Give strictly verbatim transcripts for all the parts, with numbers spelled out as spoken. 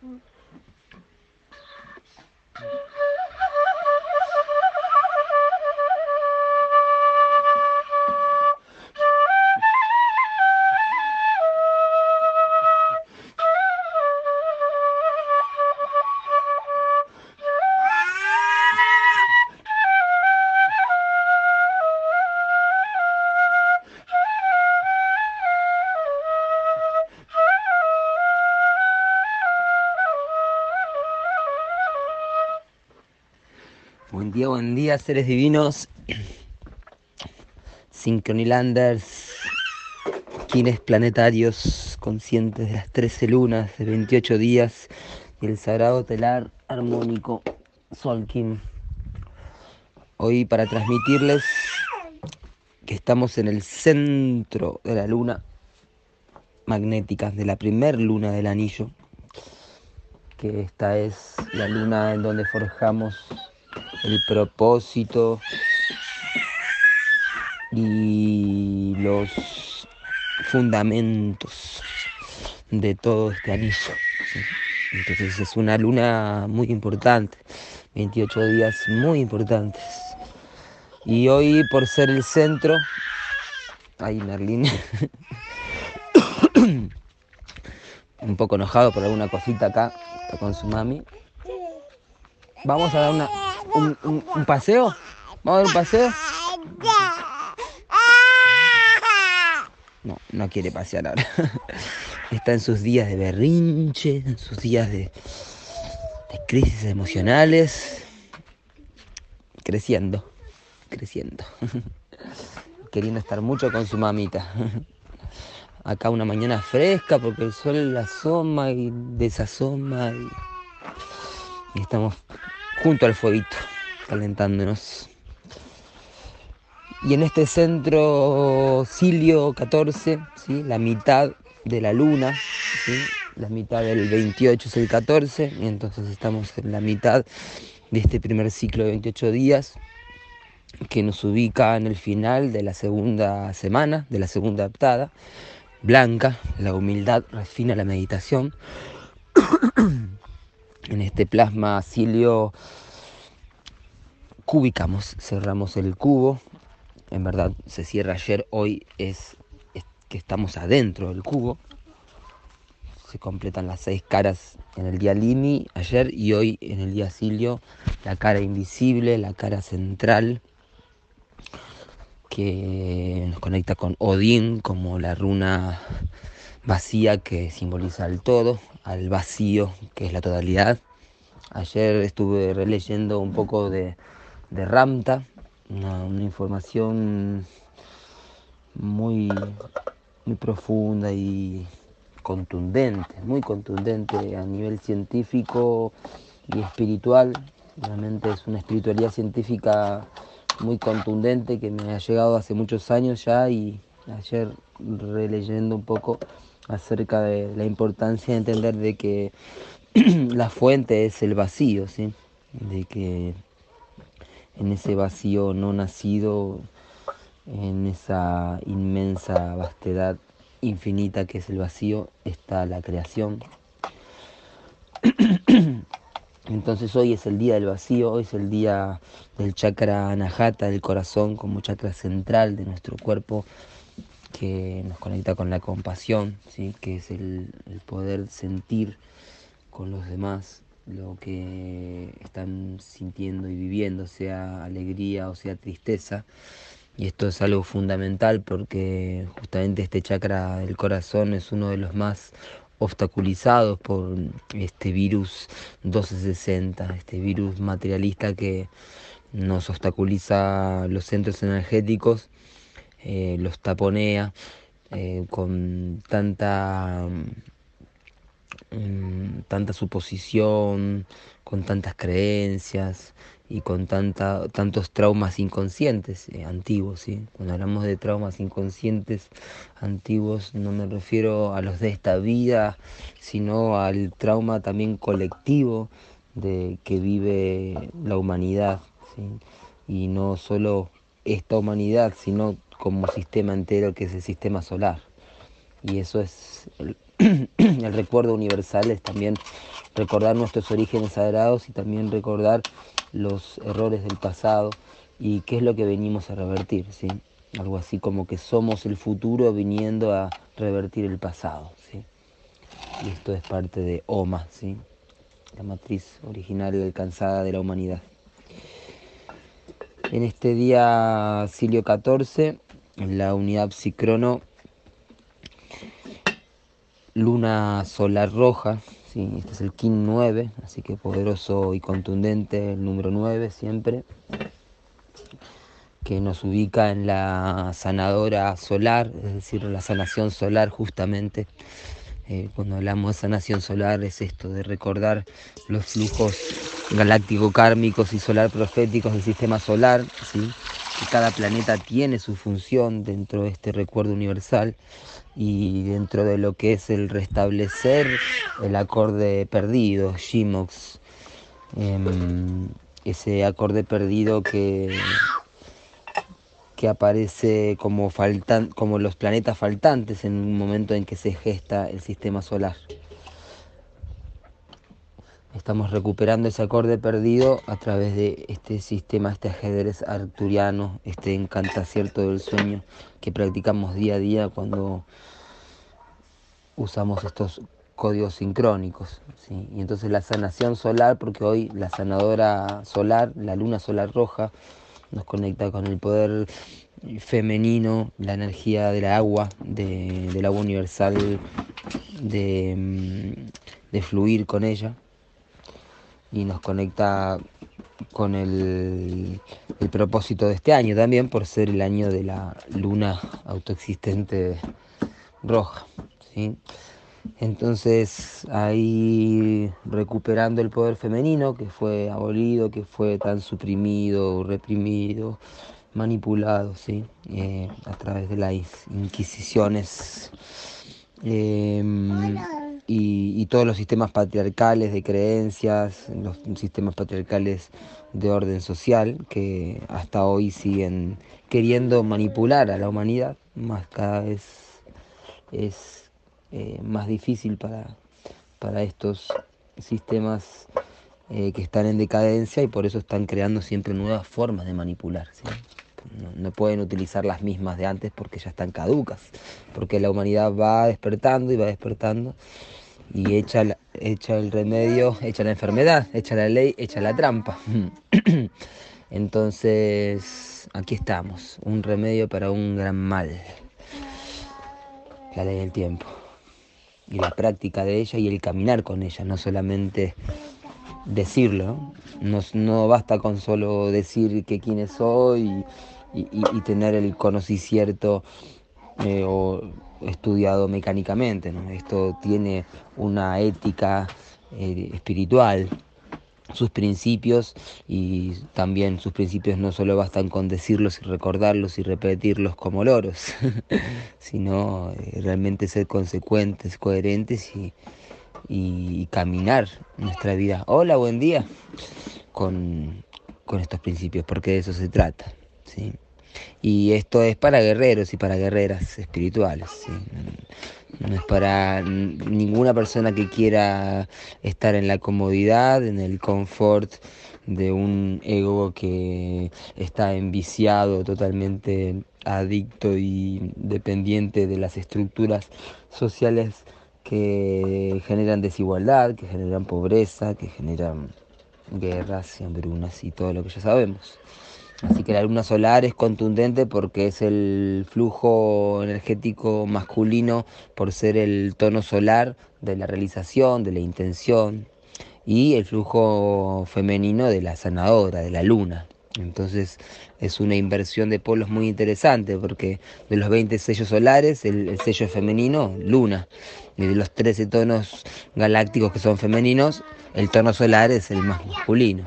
Buen día, buen día, seres divinos, sincronilanders, quienes planetarios, conscientes de las trece lunas de veintiocho días y el sagrado telar armónico Solkin. Hoy para transmitirles que estamos en el centro de la luna magnética, de la primer luna del anillo, que esta es la luna en donde forjamos el propósito y los fundamentos de todo este anillo, ¿sí? Entonces es una luna muy importante, veintiocho días muy importantes. Y hoy, por ser el centro, ay, Merlín, un poco enojado por alguna cosita acá, está con su mami. Vamos a dar una, un, un, un paseo, vamos a dar un paseo. No, no quiere pasear ahora. Está en sus días de berrinche, en sus días de, de crisis emocionales. Creciendo, creciendo. Queriendo estar mucho con su mamita. Acá una mañana fresca porque el sol asoma y desasoma. Y, y estamos junto al fueguito, calentándonos. Y en este centro Cilio catorce, ¿sí? La mitad de la luna, ¿sí? La mitad del veintiocho es el catorce, y entonces estamos en la mitad de este primer ciclo de veintiocho días, que nos ubica en el final de la segunda semana, de la segunda heptada, blanca, la humildad refina la meditación. En este plasma Cilio cubicamos, cerramos el cubo. En verdad se cierra ayer, hoy es, es que estamos adentro del cubo. Se completan las seis caras en el día Limi, ayer, y hoy en el día Cilio, la cara invisible, la cara central, que nos conecta con Odín, como la runa vacía que simboliza al todo, al vacío que es la totalidad. Ayer estuve releyendo un poco de, de Ramta, una, una información muy, muy profunda y contundente, muy contundente a nivel científico y espiritual. Realmente es una espiritualidad científica muy contundente que me ha llegado hace muchos años ya, y ayer releyendo un poco acerca de la importancia de entender de que la fuente es el vacío, ¿sí? De que en ese vacío no nacido, en esa inmensa vastedad infinita que es el vacío, está la creación. Entonces hoy es el día del vacío, hoy es el día del chakra anahata del corazón como chakra central de nuestro cuerpo, que nos conecta con la compasión, ¿sí? Que es el, el poder sentir con los demás lo que están sintiendo y viviendo, sea alegría o sea tristeza. Y esto es algo fundamental porque justamente este chakra del corazón es uno de los más obstaculizados por este virus doce sesenta, este virus materialista que nos obstaculiza los centros energéticos, eh, los taponea eh, con tanta mm, tanta suposición, con tantas creencias y con tanta, tantos traumas inconscientes eh, antiguos, ¿sí? Cuando hablamos de traumas inconscientes antiguos no me refiero a los de esta vida, sino al trauma también colectivo de que vive la humanidad, ¿sí? Y no solo esta humanidad, sino como sistema entero que es el sistema solar. Y eso es el, el recuerdo universal es también recordar nuestros orígenes sagrados y también recordar los errores del pasado y qué es lo que venimos a revertir, ¿sí? Algo así como que somos el futuro viniendo a revertir el pasado, ¿sí? Y esto es parte de Oma, ¿sí? La matriz original y alcanzada de la humanidad. En este día Silio catorce, en la unidad Psicrono, luna solar roja, ¿sí? Este es el Kin nueve, así que poderoso y contundente el número nueve siempre, que nos ubica en la sanadora solar, es decir, la sanación solar justamente. Eh, cuando hablamos de sanación solar es esto de recordar los flujos galáctico-kármicos y solar-proféticos del sistema solar, ¿sí? Que cada planeta tiene su función dentro de este recuerdo universal y dentro de lo que es el restablecer el acorde perdido, Shimox, eh, ese acorde perdido que que aparece como, faltan, como los planetas faltantes en un momento en que se gesta el sistema solar. Estamos recuperando ese acorde perdido a través de este sistema, este ajedrez arcturiano, este encantacierto del sueño que practicamos día a día cuando usamos estos códigos sincrónicos, ¿sí? Y entonces la sanación solar, porque hoy la sanadora solar, la luna solar roja, nos conecta con el poder femenino, la energía del agua, de, del agua universal, de, de fluir con ella, y nos conecta con el, el propósito de este año también, por ser el año de la luna autoexistente roja, ¿sí? Entonces ahí recuperando el poder femenino que fue abolido, que fue tan suprimido, reprimido, manipulado, ¿sí? Eh, a través de las inquisiciones eh, y, y todos los sistemas patriarcales de creencias, los sistemas patriarcales de orden social que hasta hoy siguen queriendo manipular a la humanidad, más cada vez es eh, más difícil para, para estos sistemas eh, que están en decadencia y por eso están creando siempre nuevas formas de manipular, ¿sí? No, no pueden utilizar las mismas de antes porque ya están caducas, porque la humanidad va despertando y va despertando y echa, la, echa el remedio, echa la enfermedad, echa la ley, echa la trampa. Entonces, aquí estamos, un remedio para un gran mal, la ley del tiempo, y la práctica de ella y el caminar con ella, no solamente decirlo, ¿no? No, no basta con solo decir que quién soy y, y, y tener el conocimiento eh, o estudiado mecánicamente, ¿no? Esto tiene una ética eh, espiritual, sus principios, y también sus principios no solo bastan con decirlos y recordarlos y repetirlos como loros, sino eh, realmente ser consecuentes, coherentes y, y, y caminar nuestra vida. Hola, buen día, con, con estos principios, porque de eso se trata, ¿sí? Y esto es para guerreros y para guerreras espirituales, ¿sí? No es para ninguna persona que quiera estar en la comodidad, en el confort de un ego que está enviciado, totalmente adicto y dependiente de las estructuras sociales que generan desigualdad, que generan pobreza, que generan guerras y hambrunas y todo lo que ya sabemos. Así que la luna solar es contundente porque es el flujo energético masculino por ser el tono solar de la realización, de la intención, y el flujo femenino de la sanadora, de la luna. Entonces es una inversión de polos muy interesante porque de los veinte sellos solares, el, el sello es femenino, luna. Y de los trece tonos galácticos que son femeninos, el tono solar es el más masculino.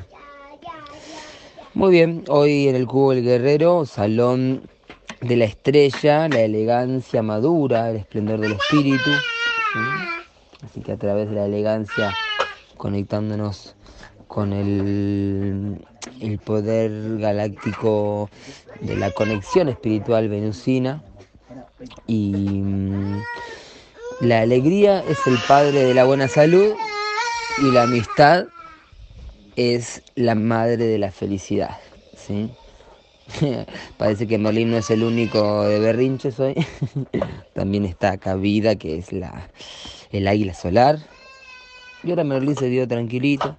Muy bien, hoy en el Cubo del Guerrero, salón de la estrella, la elegancia madura, el esplendor del espíritu, ¿sí? Así que a través de la elegancia, conectándonos con el, el poder galáctico de la conexión espiritual venusina y La alegría es el padre de la buena salud y la amistad es la madre de la felicidad, ¿sí? Parece que Merlín no es el único de berrinches hoy. También está acá Vida, que es la, el águila solar. Y ahora Merlín se dio tranquilito.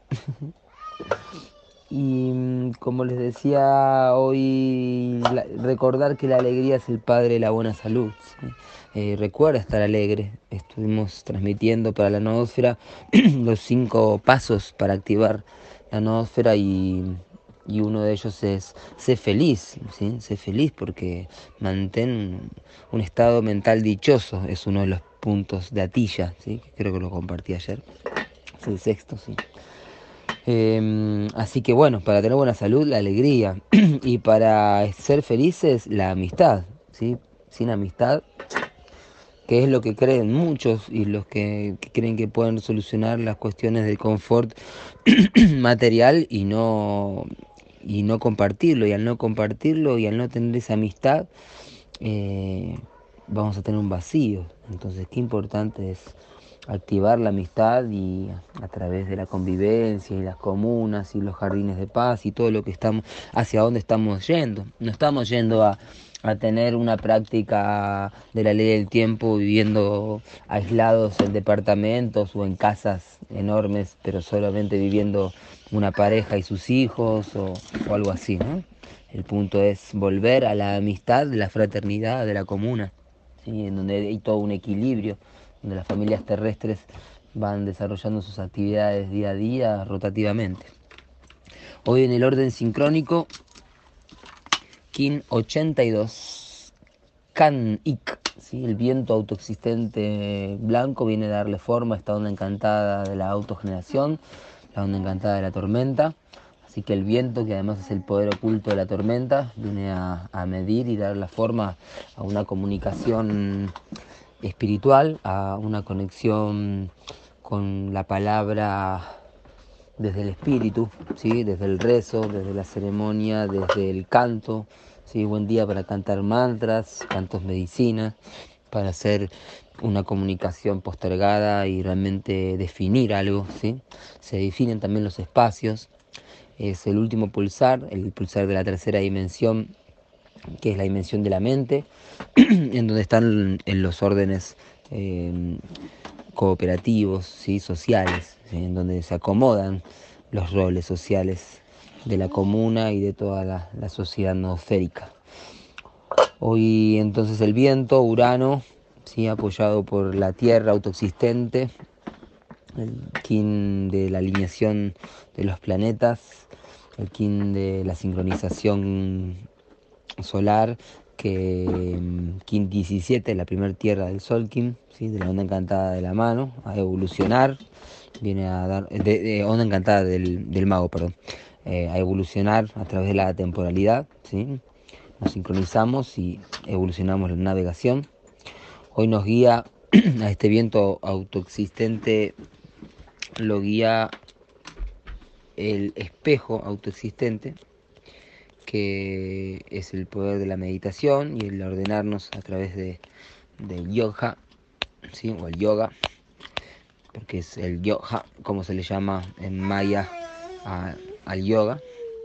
Y como les decía hoy, la, recordar que la alegría es el padre de la buena salud, ¿sí? Eh, recuerda estar alegre. Estuvimos transmitiendo para la noósfera los cinco pasos para activar la noósfera y, y uno de ellos es sé feliz, ¿sí? Sé feliz porque mantén un, un estado mental dichoso, es uno de los puntos de Atilla, ¿sí? Creo que lo compartí ayer, es el sexto, sí. Eh, así que bueno, para tener buena salud, la alegría. Y para ser felices, la amistad, ¿sí? Sin amistad, que es lo que creen muchos y los que, que creen que pueden solucionar las cuestiones del confort material y no, y no compartirlo. Y al no compartirlo y al no tener esa amistad, eh, vamos a tener un vacío. Entonces, qué importante es activar la amistad y a través de la convivencia y las comunas y los jardines de paz y todo lo que estamos, hacia dónde estamos yendo. No estamos yendo a, a tener una práctica de la ley del tiempo viviendo aislados en departamentos o en casas enormes, pero solamente viviendo una pareja y sus hijos o, o algo así, ¿no? El punto es volver a la amistad, la fraternidad de la comuna, ¿sí? En donde hay todo un equilibrio, donde las familias terrestres van desarrollando sus actividades día a día rotativamente. Hoy en el orden sincrónico, Kin ochenta y dos, Kan Ik, ¿sí? El viento autoexistente blanco viene a darle forma a esta onda encantada de la autogeneración, la onda encantada de la tormenta. Así que el viento, que además es el poder oculto de la tormenta, viene a, a medir y dar la forma a una comunicación espiritual, a una conexión con la palabra desde el espíritu, ¿sí? Desde el rezo, desde la ceremonia, desde el canto, ¿sí? Buen día para cantar mantras, cantos medicina, para hacer una comunicación postergada y realmente definir algo, ¿sí? Se definen también los espacios. Es el último pulsar, el pulsar de la tercera dimensión, que es la dimensión de la mente, en donde están en los órdenes eh, cooperativos, ¿sí? Sociales, ¿sí? En donde se acomodan los roles sociales de la comuna y de toda la, la sociedad noosférica. Hoy entonces el viento, Urano, ¿sí? Apoyado por la Tierra autoexistente, el kin de la alineación de los planetas, el kin de la sincronización solar, que kin diecisiete, la primer tierra del Sol Kin, ¿sí? De la onda encantada de la mano, a evolucionar, viene a dar, de, de onda encantada del, del mago, perdón, eh, a evolucionar a través de la temporalidad, ¿sí? Nos sincronizamos y evolucionamos la navegación. Hoy nos guía a este viento autoexistente, lo guía el espejo autoexistente, que es el poder de la meditación y el ordenarnos a través de, del yoga, ¿sí? O el yoga, porque es el yoga, como se le llama en maya a, al yoga.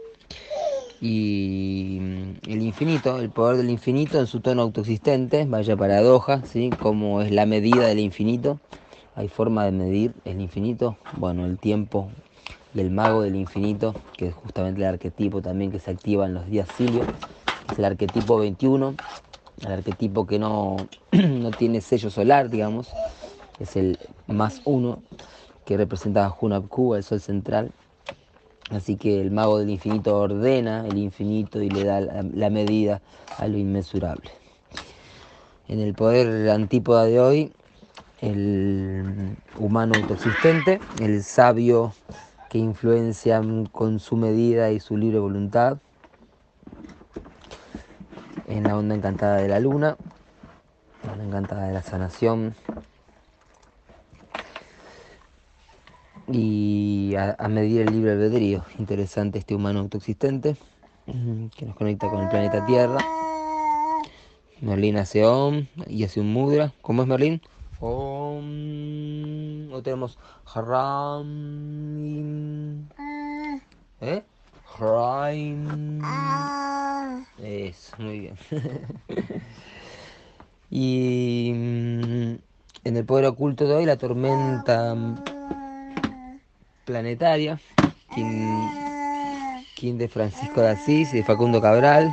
Y el infinito, el poder del infinito en su tono autoexistente, vaya paradoja, ¿sí? Como es la medida del infinito. Hay forma de medir el infinito, bueno, el tiempo y el mago del infinito, que es justamente el arquetipo también que se activa en los días Silio, es el arquetipo veintiuno, el arquetipo que no, no tiene sello solar, digamos, es el más uno, que representa a Hunabku, el sol central. Así que el mago del infinito ordena el infinito y le da la, la medida a lo inmensurable. En el poder antípoda de hoy, el humano autoexistente, el sabio que influencia con su medida y su libre voluntad, en la onda encantada de la luna, la onda encantada de la sanación, y a, a medir el libre albedrío. Interesante este humano autoexistente que nos conecta con el planeta Tierra. Merlín hace Om y hace un mudra. ¿Cómo es Merlín? Om. O tenemos Ram. ¿Eh? Ram. Eso, muy bien. Y mm, en el poder oculto de hoy, la tormenta planetaria. King, King de Francisco de Asís y de Facundo Cabral.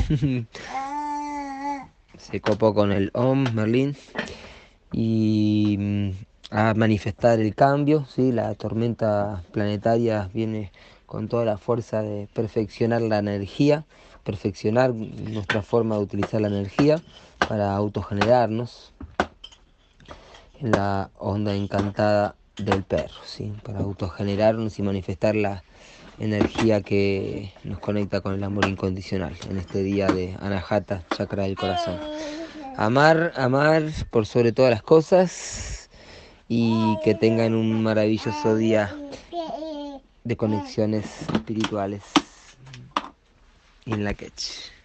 Se copó con el Om, Merlín. Y mm, a manifestar el cambio, ¿sí? La tormenta planetaria viene con toda la fuerza de perfeccionar la energía, perfeccionar nuestra forma de utilizar la energía para autogenerarnos en la onda encantada del perro, ¿sí? Para autogenerarnos y manifestar la energía que nos conecta con el amor incondicional en este día de Anahata, chakra del corazón. Amar, amar por sobre todas las cosas y que tengan un maravilloso día de conexiones espirituales en la Quech.